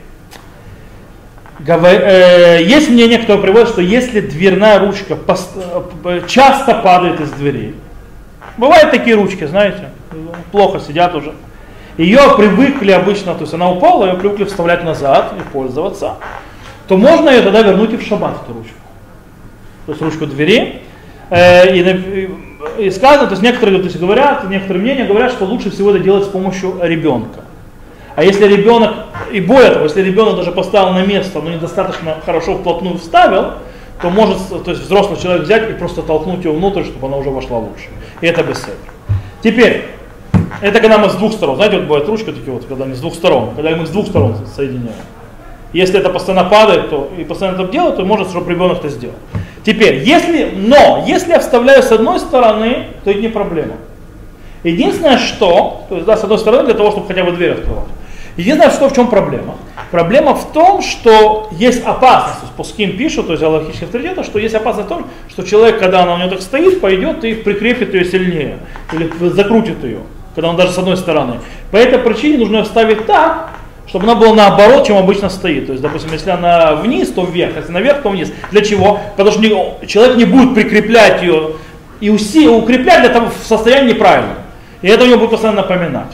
говор, э, есть мнение, кто приводит, что если дверная ручка пост, э, часто падает из двери, бывают такие ручки, знаете, плохо сидят уже, ее привыкли обычно, то есть она упала, ее привыкли вставлять назад и пользоваться, то можно ее тогда вернуть и в шаббат, эту ручку. То есть ручку двери. Э, и, и сказано, то есть некоторые то есть, говорят, некоторые мнения говорят, что лучше всего это делать с помощью ребенка. А если ребенок, и более того, если ребенок даже поставил на место, но недостаточно хорошо вплотную вставил, то может то есть, взрослый человек взять и просто толкнуть ее внутрь, чтобы она уже вошла лучше. И это беседа. Теперь, это когда мы с двух сторон, знаете, вот бывает ручка такие вот, когда они с двух сторон, когда мы с двух сторон соединяем. Если это постоянно падает, то и постоянно это делает, то может, чтобы ребенок это сделал. Теперь, если, но, если я вставляю с одной стороны, то это не проблема. Единственное, что, то есть, да, с одной стороны, для того, чтобы хотя бы дверь открывать. Единственное, что в чем проблема? Проблема в том, что есть опасность, то есть, по ским пишут, то есть, галахических авторитетов, что есть опасность в том, что человек, когда она у него так стоит, пойдет и прикрепит ее сильнее, или закрутит ее, когда он даже с одной стороны. По этой причине нужно ее вставить так, чтобы она была наоборот, чем обычно стоит. То есть, допустим, если она вниз, то вверх, если наверх, то вниз. Для чего? Потому что не, человек не будет прикреплять ее и уси, укреплять для того в состоянии неправильном. И это у него будет постоянно напоминать.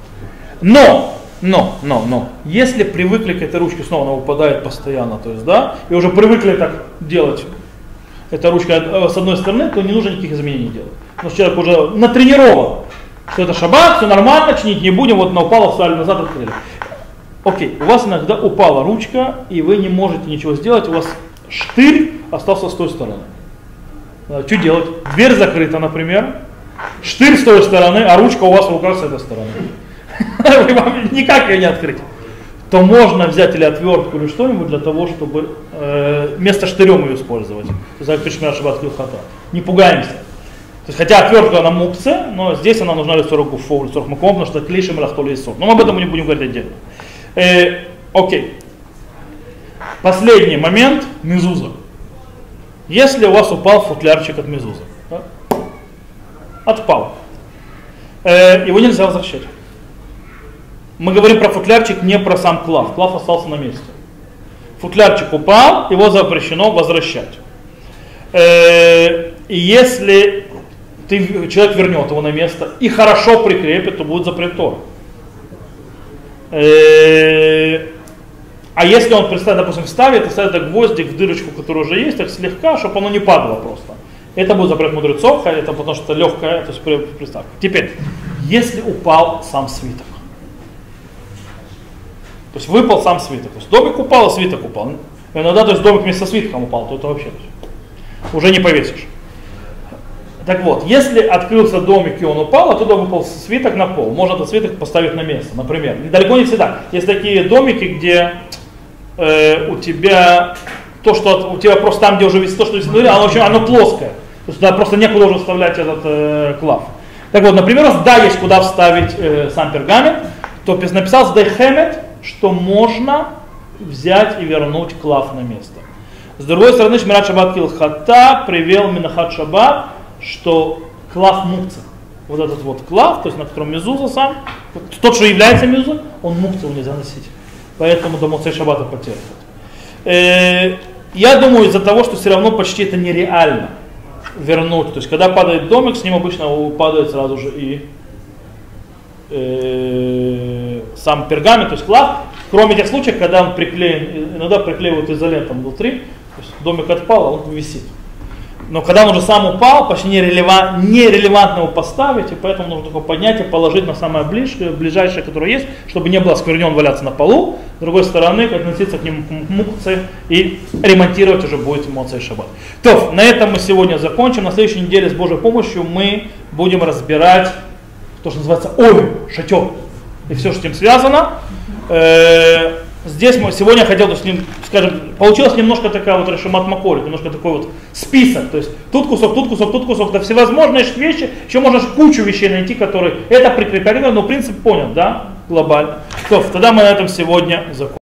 Но, но, но, но, если привыкли к этой ручке, снова она выпадает постоянно, то есть, да, и уже привыкли так делать, эта ручка с одной стороны, то не нужно никаких изменений делать. Потому что человек уже натренирован, что это шаббат, все нормально, чинить не будем, вот она упала, встали назад, открыли. Окей, у вас иногда упала ручка, и вы не можете ничего сделать, у вас штырь остался с той стороны. Что делать? Дверь закрыта, например, штырь с той стороны, а ручка у вас в руках с этой стороны. Никак ее не открыть. То можно взять или отвертку, или что-нибудь для того, чтобы э, вместо штырем ее использовать. Не пугаемся. То есть, хотя отвертка на мукце, но здесь она нужна лицо руку в лицо маком, потому что клишем рахтоли и сот. Но мы об этом не будем говорить отдельно. Э, окей. Последний момент – мезуза. Если у вас упал футлярчик от мезуза, да? Отпал, э, его нельзя возвращать. Мы говорим про футлярчик, не про сам клав. Клав остался на месте. Футлярчик упал, его запрещено возвращать. Э, и если ты, человек вернет его на место и хорошо прикрепит, то будет запрет Торы. А если он, представь, допустим, вставит и ставит так гвоздик в дырочку, которая уже есть, так слегка, чтобы оно не падало просто. Это будет запрет мудрецов, это потому что легкая, то есть приставка. Теперь, если упал сам свиток, то есть выпал сам свиток, то есть домик упал, а свиток упал. Иногда, то есть домик вместе со свитком упал, то это вообще уже не повесишь. Так вот, если открылся домик и он упал, оттуда выпал свиток на пол. Можно этот свиток поставить на место, например. Далеко не всегда. Есть такие домики, где э, у тебя то, что у тебя просто там, где уже висит то, что висит, оно, вообще, оно плоское. То есть туда просто некуда уже вставлять этот э, клав. Так вот, например, у нас да, есть куда вставить э, сам пергамент, то написал Дайхемет, что можно взять и вернуть клав на место. С другой стороны, Шмират Шаббат Килхата привел Минахат Шаббат, что клав мукца, вот этот вот клав, то есть на котором мезуза сам, тот, что является мезузой, он мукцу нельзя носить. Поэтому до Моцей Шаббата потерпит. Э, я думаю, из-за того, что все равно почти это нереально вернуть. То есть, когда падает домик, с ним обычно падает сразу же и э, сам пергамент, то есть клад. Кроме тех случаев, когда он приклеен, иногда приклеивают изолентом внутри, то есть домик отпал, а он висит. Но когда он уже сам упал, почти нерелеван, нерелевантно его поставить, и поэтому нужно только поднять и положить на самое ближайшее, ближайшее, которое есть, чтобы не было осквернен валяться на полу. С другой стороны, относиться к нему мукце и ремонтировать уже будет моцей шаббат. То, на этом мы сегодня закончим. На следующей неделе с Божьей помощью мы будем разбирать то, что называется овен, шатер, и все, что с ним связано. Здесь мы сегодня я хотел, то есть, скажем, получилось немножко такая вот решимат макорит, немножко такой вот список, то есть тут кусок, тут кусок, тут кусок, да всевозможные вещи, еще можно кучу вещей найти, которые это прикрепляют, но принцип понят, да, глобально. То, тогда мы на этом сегодня закончим.